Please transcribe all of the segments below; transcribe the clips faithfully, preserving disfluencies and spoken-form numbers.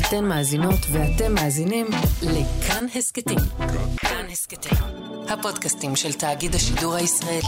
אתן מאזינות ואתם מאזינים לכאן הסקטים. כאן הסקטים, הפודקאסטים של תאגיד השידור הישראלי.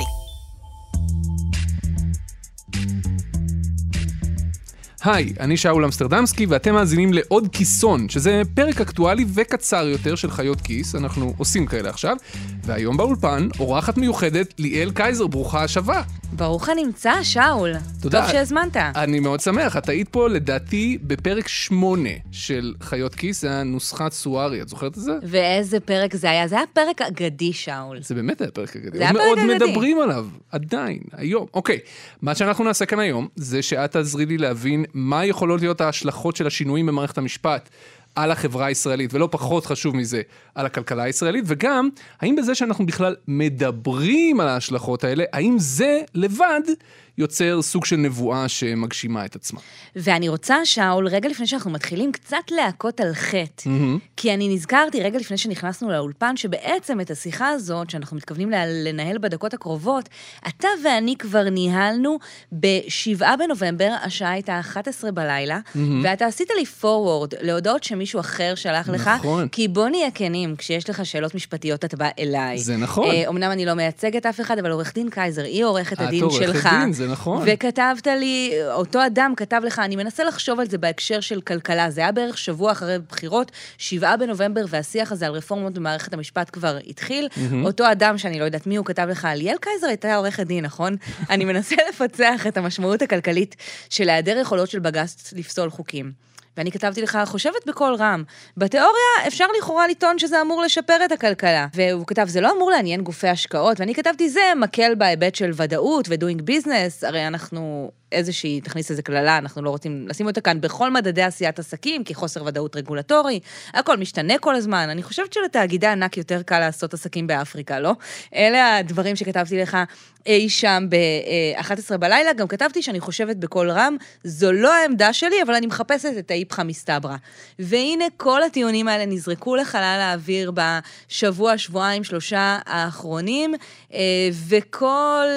היי, אני שאול אמסטרדמסקי ואתם מאזינים לעוד כיסון, שזה פרק אקטואלי וקצר יותר של חיות כיס, אנחנו עושים כאלה עכשיו, והיום באולפן אורחת מיוחדת ליאל קייזר, ברוכה השבה. ברוך הנמצא, שאול. תודה. טוב שהזמנת. אני מאוד שמח, את היית פה לדעתי בפרק שמונה של חיות כיס, זה הנוסחת סוארי, את זוכרת את זה? ואיזה פרק זה היה? זה היה פרק אגדי, שאול. זה באמת היה פרק אגדי. זה היה פרק מאוד אגדי. מדברים עליו, עדיין, היום. אוקיי, מה שאנחנו נעשה כאן היום, זה שאת תעזרי לי להבין מה יכולות להיות ההשלכות של השינויים במערכת המשפט על החברה הישראלית, ולא פחות חשוב מזה, על הכלכלה הישראלית, וגם, האם בזה שאנחנו בכלל מדברים על ההשלכות האלה, האם זה לבד יוצר סוג של נבואה שמגשימה את עצמה. ואני רוצה, שאול, רגע לפני שאנחנו מתחילים קצת להכות על חטא, mm-hmm. כי אני נזכרתי רגע לפני שנכנסנו לאולפן, שבעצם את השיחה הזאת, שאנחנו מתכוונים לנהל בדקות הקרובות, אתה ואני כבר ניהלנו בשבעה בנובמבר, השעה הייתה אחת עשרה בלילה, mm-hmm. ואתה עשית לי פורוורד להודעות שמישהו אחר שלח לך, נכון. כי בוא נהיה כנים, כשיש לך שאלות משפטיות, אתה בא אליי. זה נכון. אה, אמנם אני לא מייצגת אף אחד, אבל עורך דין קייזר, היא עורכת הדין עורכת שלך. דין, זה נכון. וכתבת לי, אותו אדם כתב לך, אני מנסה לחשוב על זה בהקשר של כלכלה, זה היה בערך שבוע אחרי בחירות, שבעה בנובמבר, והשיח הזה על רפורמות במערכת המשפט כבר התחיל. Mm-hmm. אותו אדם, שאני לא יודעת מי הוא, כתב לך, ליאל קייזר הייתה עורכת דין, נכון? אני מנסה לפצח את המשמעות הכלכלית של היעדר יכולות של בג"ץ לפסול חוקים. ואני כתבתי לך, חושבת בכל רם, בתיאוריה אפשר לכאורה לטעון שזה אמור לשפר את הכלכלה. והוא כתב, זה לא אמור לעניין גופי השקעות, ואני כתבתי, זה מקל בהיבט של ודאות ו-doing business, הרי אנחנו איזושהי, תכניס איזה כללה, אנחנו לא רוצים לשים אותה כאן בכל מדדי עשיית עסקים, כי חוסר ודאות רגולטורי, הכל משתנה כל הזמן. אני חושבת שלתאגידי ענק יותר קל לעשות עסקים באפריקה, לא? אלה הדברים שכתבתי לך אי שם ב-אחת עשרה בלילה, גם כתבתי שאני חושבת בכל רם, זו לא העמדה שלי, אבל אני מחפשת את האיפכא מסתברא. והנה כל הטיעונים האלה נזרקו לחלל האוויר בשבוע, שבועיים, שלושה האחרונים, וכל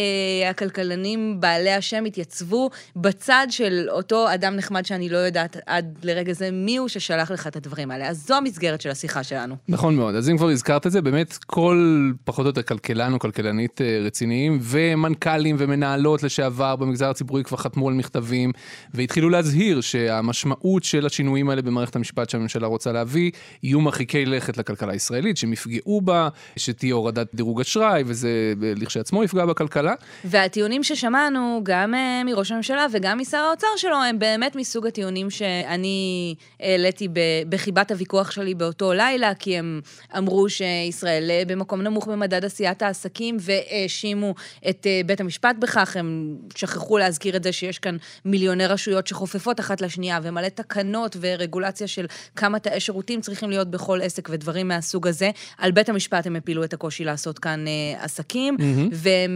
הכלכלנים בעלי השם התייצבו בצד של אותו אדם נחמד שאני לא יודעת עד לרגע זה מי הוא ששלח לך את הדברים האלה. אז זו המסגרת של השיחה שלנו. נכון מאוד. אז אם כבר הזכרת את זה, באמת כל פחות או יותר כלכלן או כלכלנית רציניים ומנכ"לים ומנהלות לשעבר במגזר הציבורי כבר חתמו על מכתבים והתחילו להזהיר שהמשמעות של השינויים האלה במערכת המשפט שהממשלה רוצה להביא יהיו מרחיקי לכת לכלכלה הישראלית, שהם יפגעו בה, שתהיה הורדת דירוג אשראי וזה לכשעצמו יפגע בכלכלה. והטיעונים ששמענו גם מראש הממשלה וגם משר האוצר שלו, הם באמת מסוג הטיעונים שאני העליתי בחיבת הוויכוח שלי באותו לילה, כי הם אמרו שישראל במקום נמוך במדד עשיית העסקים, והאשימו את בית המשפט בכך, הם שכחו להזכיר את זה שיש כאן מיליוני רשויות שחופפות אחת לשנייה, ומלא תקנות ורגולציה של כמה תאי שירותים צריכים להיות בכל עסק ודברים מהסוג הזה. על בית המשפט הם הפילו את הקושי לעשות כאן עסקים, mm-hmm. והם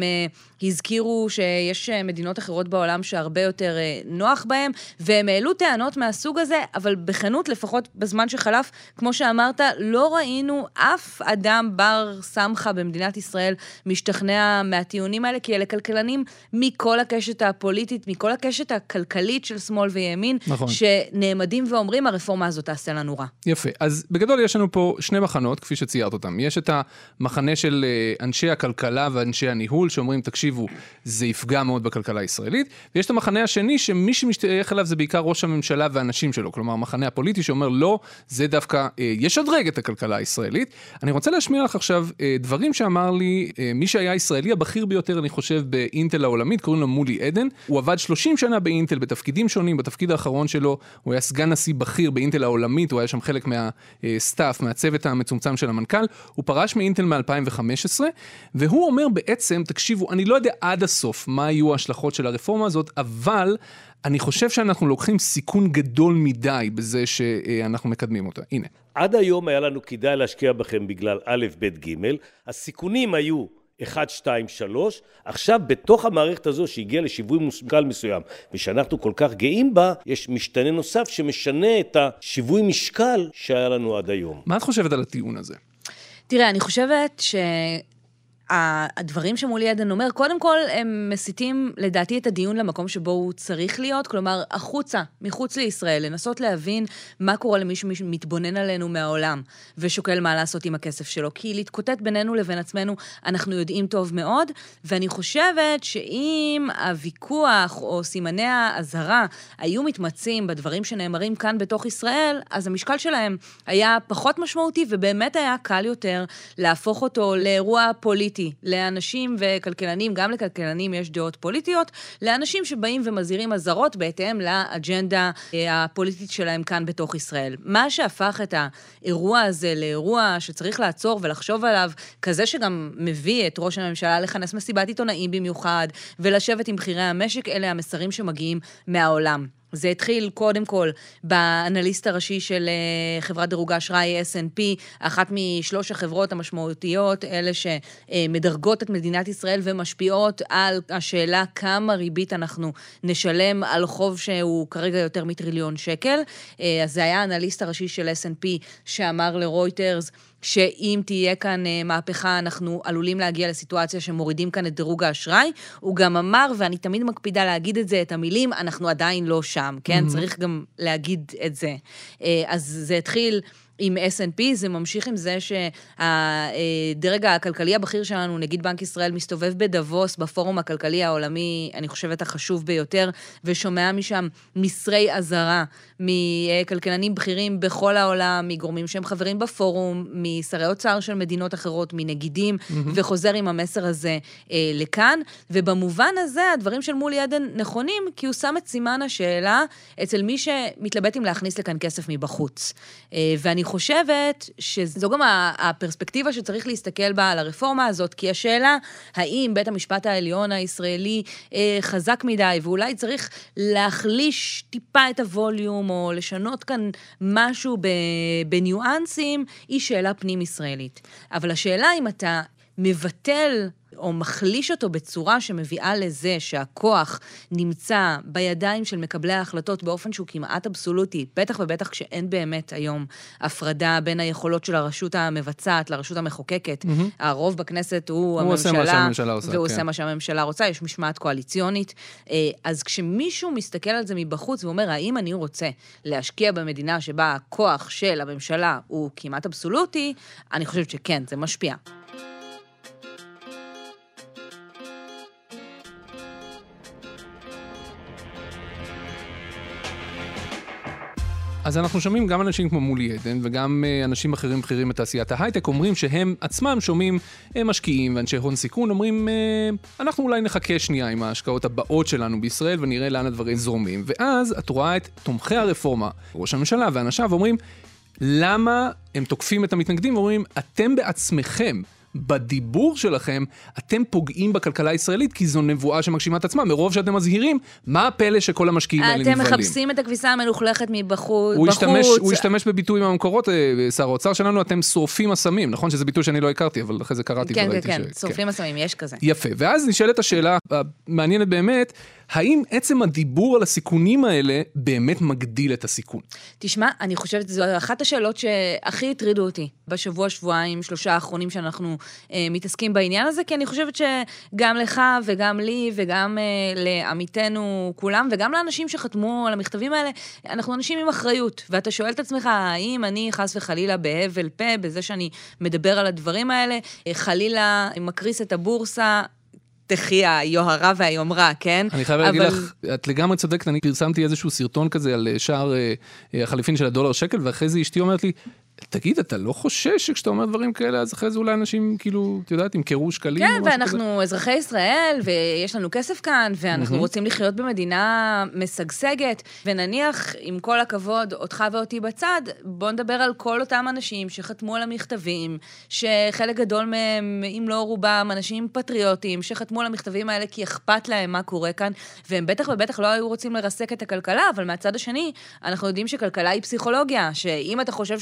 הזכירו שיש מדינות אחרות בעולם שהרבה יותר נוח בהם, והם העלו טענות מהסוג הזה, אבל בכנות, לפחות בזמן שחלף, כמו שאמרת, לא ראינו אף אדם בר סמכה במדינת ישראל משתכנע מהטיעונים האלה, כי אלה כלכלנים מכל הקשת הפוליטית, מכל הקשת הכלכלית של שמאל וימין, נכון. שנעמדים ואומרים, הרפורמה הזאת תעשה לנו רע. יפה. אז בגדול יש לנו פה שני מחנות, כפי שציירת אותם. יש את המחנה של אנשי הכלכלה ואנשי הניהול, שאומרים, תקשיבו, זה יפגע מאוד בכלכלה הישראלית, ויש את המחנה השני, שמי שמשתייך אליו זה בעיקר ראש הממשלה והאנשים שלו, כלומר, המחנה הפוליטי שאומר, לא, זה דווקא ישדרג את הכלכלה הישראלית. אני רוצה להשמיע לך עכשיו דברים שאמר לי, מי שהיה הישראלי הבכיר ביותר, אני חושב, באינטל העולמית, קוראים לו מולי עדן, הוא עבד שלושים שנה באינטל, בתפקידים שונים, בתפקיד האחרון שלו, הוא היה סגן נשיא בכיר באינטל העולמית, הוא היה שם חלק מהסטאפ, מהצוות המצומצם של המנכ"ל, הוא פרש מאינטל מ-אלפיים וחמש עשרה, והוא אומר בעצם, תקשיבו, אני לא יודע עד הסוף מה יהיו ההשלכות של הרפורמה הזאת, אבל אני חושב שאנחנו לוקחים סיכון גדול מדי בזה שאנחנו מקדמים אותה. הנה. עד היום היה לנו כדאי להשקיע בכם בגלל א', ב', ג', הסיכונים היו אחת, שתיים, שלוש, עכשיו בתוך המערכת הזו שהגיעה לשיווי משקל מסוים, ושאנחנו כל כך גאים בה, יש משתנה נוסף שמשנה את השיווי משקל שהיה לנו עד היום. מה את חושבת על הטיעון הזה? תראה, אני חושבת ש... הדברים שמולי עדן אומר, קודם כל הם מסיתים לדעתי את הדיון למקום שבו הוא צריך להיות, כלומר החוצה, מחוץ לישראל, לנסות להבין מה קורה למי שמתבונן עלינו מהעולם, ושוקל מה לעשות עם הכסף שלו, כי להתקוטט בינינו לבין עצמנו אנחנו יודעים טוב מאוד, ואני חושבת שאם הוויכוח או סימני האזהרה היו מתמצים בדברים שנאמרים כאן בתוך ישראל, אז המשקל שלהם היה פחות משמעותי, ובאמת היה קל יותר להפוך אותו לאירוע פוליטי, לאנשים וכלכלנים, גם לכלכלנים יש דעות פוליטיות, לאנשים שבאים ומזהירים אזהרות בהתאם לאג'נדה הפוליטית שלהם כאן בתוך ישראל. מה שהפך את האירוע הזה לאירוע שצריך לעצור ולחשוב עליו, כזה שגם מביא את ראש הממשלה לכנס מסיבת עיתונאים במיוחד, ולשבת עם בחירי המשק, אלה המסרים שמגיעים מהעולם. זה התחיל קודם כל באנליסט הראשי של חברת דירוג האשראי אס אנד פי, אחת משלוש החברות המשמעותיות, אלה שמדרגות את מדינת ישראל ומשפיעות על השאלה כמה ריבית אנחנו נשלם על חוב שהוא כרגע יותר מטריליון שקל. אז זה היה האנליסט הראשי של אס אנד פי שאמר לרויטרס, שאם תהיה כאן מהפכה, אנחנו עלולים להגיע לסיטואציה שמורידים כאן את דירוג האשראי. הוא גם אמר, ואני תמיד מקפידה להגיד את זה, את המילים, אנחנו עדיין לא שם, כן? Mm-hmm. צריך גם להגיד את זה. אז זה התחיל עם אס אנד פי, זה ממשיך עם זה שהדרג הכלכלי הבכיר שלנו, נגיד בנק ישראל, מסתובב בדבוס, בפורום הכלכלי העולמי, אני חושבת החשוב ביותר, ושומע משם מסרי אזהרה, מכלכלנים בכירים בכל העולם, מגורמים שהם חברים בפורום, משרי אוצר של מדינות אחרות, מנגידים, mm-hmm. וחוזר עם המסר הזה אה, לכאן, ובמובן הזה הדברים של מולי עדן נכונים, כי הוא שם את סימן השאלה אצל מי שמתלבט אם להכניס לכאן כסף מבחוץ. אה, ואני חושבת שזו גם הפרספקטיבה שצריך להסתכל בה על הרפורמה הזאת, כי השאלה, האם בית המשפט העליון הישראלי אה, חזק מדי, ואולי צריך להחליש טיפה את הווליום, או לשנות כאן משהו בניואנסים, היא שאלה פנים ישראלית. אבל השאלה אם אתה מבטל או מחליש אותו בצורה שמביאה לזה שהכוח נמצא בידיים של מקבלי ההחלטות באופן שהוא כמעט אבסולוטי, בטח ובטח כשאין באמת היום הפרדה בין היכולות של הרשות המבצעת לרשות המחוקקת. Mm-hmm. הרוב בכנסת הוא, הוא הממשלה, עושה מה שהממשלה עושה, והוא כן. עושה מה שהממשלה רוצה, יש משמעת קואליציונית. אז כשמישהו מסתכל על זה מבחוץ ואומר, האם אני רוצה להשקיע במדינה שבה הכוח של הממשלה הוא כמעט אבסולוטי, אני חושבת שכן, זה משפיע. אז אנחנו שומעים גם אנשים כמו מולי עדן, וגם אנשים אחרים בכירים בתעשיית ההייטק, אומרים שהם עצמם שומעים משקיעים ואנשי הון סיכון, אומרים, אנחנו אולי נחכה שנייה עם ההשקעות הבאות שלנו בישראל, ונראה לאן הדברים זורמים. ואז את רואה את תומכי הרפורמה, ראש הממשלה ואנשיו, אומרים, למה הם תוקפים את המתנגדים, ואומרים, אתם בעצמכם, בדיבור שלכם, אתם פוגעים בכלכלה הישראלית, כי זו נבואה שמגשימה את עצמה, מרוב שאתם מזהירים, מה הפלא שכל המשקיעים האלה נבהלים? אתם מחפשים את הכביסה המלוכלכת מבחוץ. הוא השתמש, הוא השתמש בביטוי מהמקורות, שר האוצר שלנו, אתם שורפים אסמים, נכון שזה ביטוי שאני לא הכרתי, אבל אחרי זה קראתי כן, וראיתי כן, ש... כן, שורפים אסמים, יש כזה. יפה, ואז נשאלת השאלה המעניינת באמת, האם עצם הדיבור על הסיכונים האלה באמת מגדיל את הסיכון? תשמע, אני חושבת, זו אחת השאלות שהכי הטרידו אותי בשבוע, שבועיים, שלושה האחרונים שאנחנו אה, מתעסקים בעניין הזה, כי אני חושבת שגם לך וגם לי וגם אה, לעמיתנו כולם, וגם לאנשים שחתמו על המכתבים האלה, אנחנו אנשים עם אחריות, ואתה שואל את עצמך, האם אני חס וחלילה בהבל פה, בזה שאני מדבר על הדברים האלה, חלילה מקריס את הבורסה, תחי היוהרה והיומרה, כן? אני חייב להגיד לך, את לגמרי צודקת, אני פרסמתי איזשהו סרטון כזה על שער החליפין של הדולר שקל, ואחרי זה אשתי אומרת לי, תגיד, אתה לא חושש שכשאתה אומר דברים כאלה, אז אחרי זה אולי אנשים, כאילו, את יודעת, ימכרו שקלים? כן, ואנחנו אזרחי ישראל, ויש לנו כסף כאן, ואנחנו רוצים לחיות במדינה משגשגת, ונניח, עם כל הכבוד, אותך ואותי בצד, בוא נדבר על כל אותם אנשים שחתמו על המכתבים, שחלק גדול מהם, אם לא רובם, אנשים פטריוטים, שחתמו על המכתבים האלה כי אכפת להם מה קורה כאן, והם בטח ובטח לא היו רוצים לרסק את הכלכלה, אבל מהצד השני, אנחנו יודעים שכלכלה היא פסיכולוגיה, שאם אתה חושב שמחירי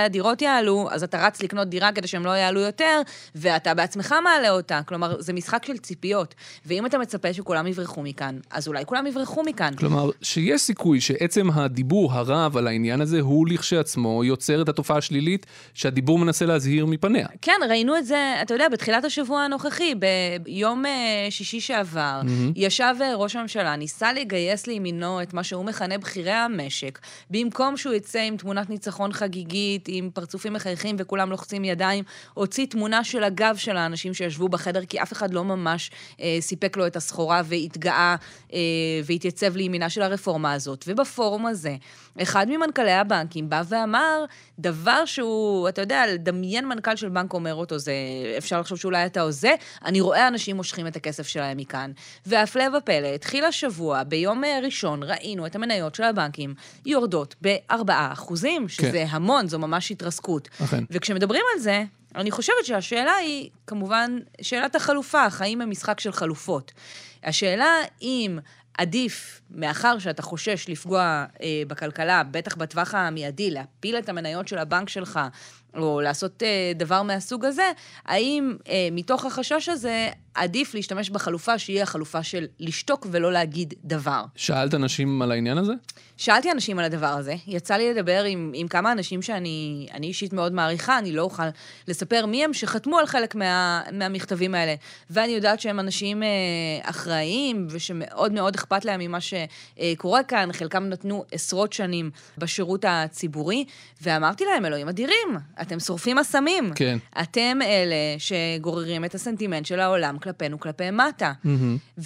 הדירות יעלו, אז אתה רץ לקנות דירה כדי שהם לא יעלו יותר, ואתה בעצמך מעלה אותה. כלומר, זה משחק של ציפיות. ואם אתה מצפה שכולם יברחו מכאן, אז אולי כולם יברחו מכאן. כלומר, שיש סיכוי שעצם הדיבור הרב על העניין הזה, הוא לכשעצמו יוצר את התופעה השלילית, שהדיבור מנסה להזהיר מפניה. כן, ראינו את זה, אתה יודע, בתחילת השבוע הנוכחי, ביום שישי שעבר, mm-hmm. ישב ראש הממשלה, ניסה לגייס לימינו את מה שהוא מכנה בחירי המשק, במקום שהוא יצא עם תמונת ניצחון חגיגית, עם פרצופים מחייכים וכולם לוחצים ידיים, הוציא תמונה של הגב של האנשים שישבו בחדר, כי אף אחד לא ממש אה, סיפק לו את הסחורה והתגאה אה, והתייצב לימינה של הרפורמה הזאת. ובפורום הזה, אחד ממנכ"לי הבנקים בא ואמר דבר שהוא, אתה יודע, דמיין מנכ"ל של בנק אומר אותו, זה אפשר לחשוב שאולי אתה עוזה, אני רואה אנשים מושכים את הכסף שלהם מכאן. והפלא ופלא, התחיל השבוע, ביום ראשון ראינו את המניות של הבנקים יורדות בארבעה אחוזים, שזה כן. המון, זו ממש התרסקות. אכן. וכשמדברים על זה, אני חושבת שהשאלה היא, כמובן, שאלת החלופה, החיים הם משחק של חלופות. השאלה אם עדיף, מאחר שאתה חושש לפגוע אה, בכלכלה, בטח בטווח המיידי, להפיל את המניות של הבנק שלך, או לעשות אה, דבר מהסוג הזה, האם אה, מתוך החשש הזה עדיף להשתמש בחלופה שהיא החלופה של לשתוק ולא להגיד דבר. שאלת אנשים על העניין הזה? שאלתי אנשים על הדבר הזה. יצא לי לדבר עם, עם כמה אנשים שאני אני אישית מאוד מעריכה, אני לא אוכל לספר מי הם שחתמו על חלק מה, מהמכתבים האלה. ואני יודעת שהם אנשים אה, אחראיים ושמאוד מאוד אכפת להם ממה שקורה כאן. חלקם נתנו עשרות שנים בשירות הציבורי, ואמרתי להם, אלוהים אדירים, אתם שורפים אסמים. כן. אתם אלה שגוררים את הסנטימנט של העולם כלפינו, כלפי מטה. Mm-hmm.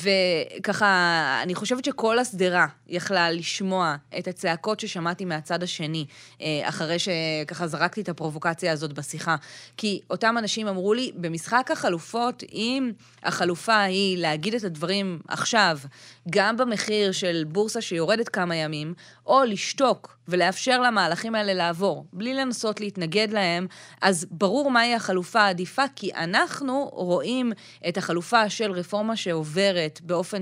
וככה, אני חושבת שכל הסדרה יכלה לשמוע את הצעקות ששמעתי מהצד השני, אחרי שככה זרקתי את הפרובוקציה הזאת בשיחה. כי אותם אנשים אמרו לי, במשחק החלופות, אם החלופה היא להגיד את הדברים עכשיו, גם במחיר של בורסה שיורדת כמה ימים, או לשתוק ולאפשר למהלכים האלה לעבור, בלי לנסות להתנגד להם, אז ברור מהי החלופה העדיפה, כי אנחנו רואים את החלופה של רפורמה שעוברת באופן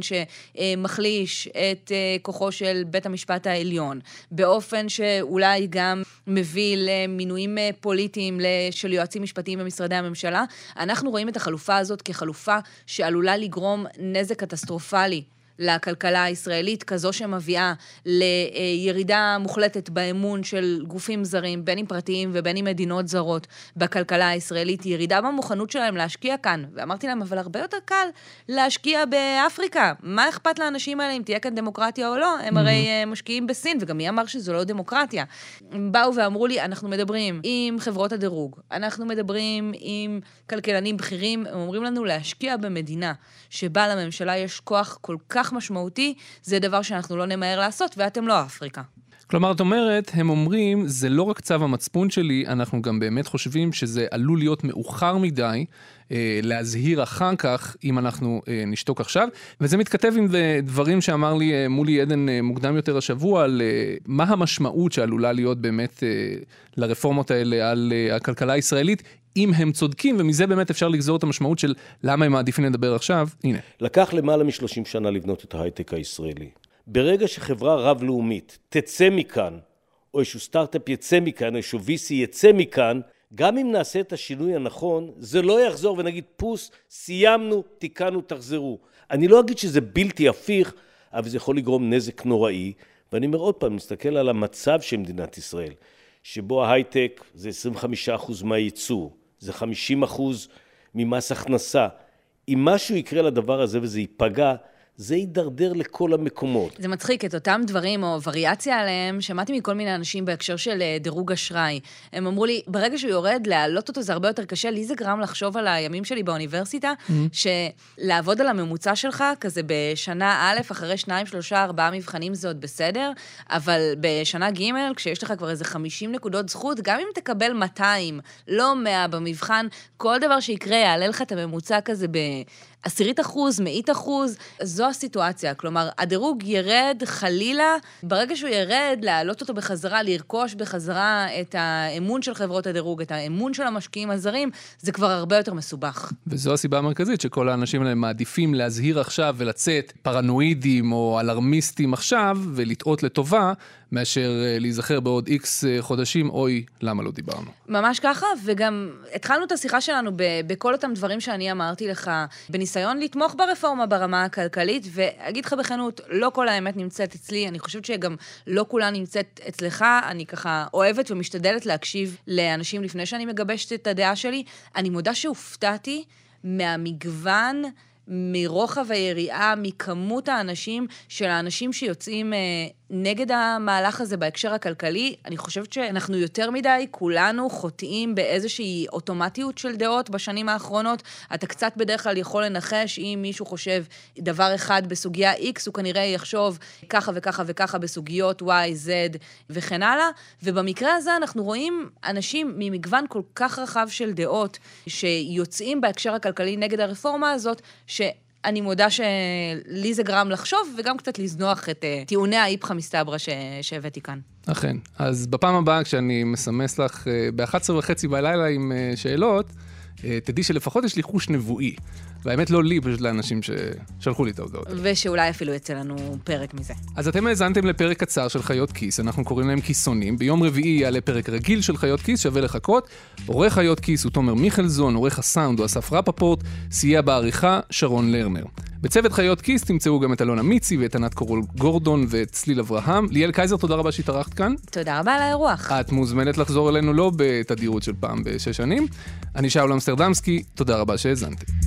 שמחליש את כוחו של בית המשפט העליון, באופן שאולי גם מביא למינויים פוליטיים של יועצים משפטיים במשרדי הממשלה. אנחנו רואים את החלופה הזאת כחלופה שעלולה לגרום נזק קטסטרופלי לכלכלה הישראלית, כזו שמביאה לירידה מוחלטת באמון של גופים זרים, בין אם פרטיים ובין אם מדינות זרות בכלכלה הישראלית, ירידה במוכנות שלהם להשקיע כאן. ואמרתי להם, אבל הרבה יותר קל להשקיע באפריקה. מה אכפת לאנשים האלה אם תהיה כאן דמוקרטיה או לא? הם הרי משקיעים בסין, וגם מי אמר שזו לא דמוקרטיה. הם באו ואמרו לי, אנחנו מדברים עם חברות הדירוג, אנחנו מדברים עם כלכלנים בכירים, הם אומרים לנו להשקיע במדינה שבה לממשלה יש כוח כל כך משמעותי, זה דבר שאנחנו לא נמהר לעשות, ואתם לא אפריקה. כלומר, את אומרת, הם אומרים, זה לא רק צו המצפון שלי, אנחנו גם באמת חושבים שזה עלול להיות מאוחר מדי, אה, להזהיר אחר כך, אם אנחנו אה, נשתוק עכשיו, וזה מתכתב עם דברים שאמר לי אה, מולי עדן אה, מוקדם יותר השבוע, על אה, מה המשמעות שעלולה להיות באמת אה, לרפורמות האלה על אה, הכלכלה הישראלית, אם הם צודקים, ומזה באמת אפשר לגזור את המשמעות של למה הם מעדיפים לדבר עכשיו. הנה. לקח למעלה מ-שלושים שנה לבנות את ההייטק הישראלי. ברגע שחברה רב-לאומית תצא מכאן, או איזשהו סטארט-אפ יצא מכאן, או איזשהו וי סי יצא מכאן, גם אם נעשה את השינוי הנכון, זה לא יחזור ונגיד פוס, סיימנו, תיקנו, תחזרו. אני לא אגיד שזה בלתי הפיך, אבל זה יכול לגרום נזק נוראי, ואני אומר עוד פעם, נסתכל על המצב של מדינת ישראל, שבו ההייטק זה עשרים וחמישה אחוז מהייצור, זה חמישים אחוז ממס הכנסה. אם משהו יקרה לדבר הזה וזה ייפגע, זה יידרדר לכל המקומות. זה מצחיק, את אותם דברים או וריאציה עליהם, שמעתי מכל מיני אנשים בהקשר של דירוג אשראי. הם אמרו לי, ברגע שהוא יורד, להעלות אותו זה הרבה יותר קשה. לי זה גרם לחשוב על הימים שלי באוניברסיטה, mm-hmm. שלעבוד על הממוצע שלך, כזה בשנה א', אחרי שניים, שלושה, ארבעה מבחנים זה עוד בסדר, אבל בשנה ג', כשיש לך כבר איזה חמישים נקודות זכות, גם אם תקבל מאתיים, לא מאה במבחן, כל דבר שיקרה, יעלה לך את הממוצע כזה ב... עשירית אחוז, מאית אחוז, זו הסיטואציה. כלומר, הדירוג ירד חלילה, ברגע שהוא ירד, להעלות אותו בחזרה, לרכוש בחזרה את האמון של חברות הדירוג, את האמון של המשקיעים הזרים, זה כבר הרבה יותר מסובך. וזו הסיבה המרכזית, שכל האנשים האלה מעדיפים להזהיר עכשיו ולצאת פרנואידים או אלרמיסטים עכשיו, ולטעות לטובה, מאשר להיזכר בעוד איקס חודשים, אוי, למה לא דיברנו. ממש ככה, וגם התחלנו את השיחה שלנו בכל אותם דברים שאני אמרתי לך, בניסיון לתמוך ברפורמה ברמה הכלכלית, ואגיד לך בכנות, לא כל האמת נמצאת אצלי, אני חושבת שגם לא כולה נמצאת אצלך, אני ככה אוהבת ומשתדלת להקשיב לאנשים לפני שאני מגבשת את הדעה שלי. אני מודה שהופתעתי מהמגוון, מרוחב היריעה, מכמות האנשים, של האנשים שיוצאים אה, נגד המהלך הזה בהקשר הכלכלי. אני חושבת שאנחנו יותר מדי, כולנו חוטאים באיזושהי אוטומטיות של דעות בשנים האחרונות. אתה קצת בדרך כלל יכול לנחש, אם מישהו חושב דבר אחד בסוגיה X, הוא כנראה יחשוב ככה וככה וככה בסוגיות Y, Z וכן הלאה. ובמקרה הזה אנחנו רואים אנשים ממגוון כל כך רחב של דעות, שיוצאים בהקשר הכלכלי נגד הרפורמה הזאת, שאני מודה שלי זה גרם לחשוב, וגם קצת לזנוח את uh, טיעוני האיפכא מסתברא שהבאתי כאן. אכן. אז בפעם הבאה, כשאני מסמס לך uh, ב-אחת עשרה וחצי בלילה עם uh, שאלות, uh, תדעי שלפחות יש לי חוש נבואי. והאמת לא לי, פשוט לאנשים ששלחו לי את ההודעות. ושאולי אפילו יצא לנו פרק מזה. אז אתם האזנתם לפרק קצר של חיות כיס, אנחנו קוראים להם כיסונים. ביום רביעי יעלה פרק רגיל של חיות כיס, שווה לחכות. עורך חיות כיס הוא תומר מיכלזון, עורך הסאונד הוא אסף רפפורט, סייע בעריכה שרון לרנר. בצוות חיות כיס תמצאו גם את אלונה מיצי ואת ענת קורול גורדון ואת צליל אברהם. ליאל קייזר, תודה רבה שהתארחת כאן. תודה רבה על האירוח. את מוזמנת לחזור אלינו לא בתדירות של פעם בשש שנים. אני שאול אמסטרדמסקי, תודה רבה שהאזנתם.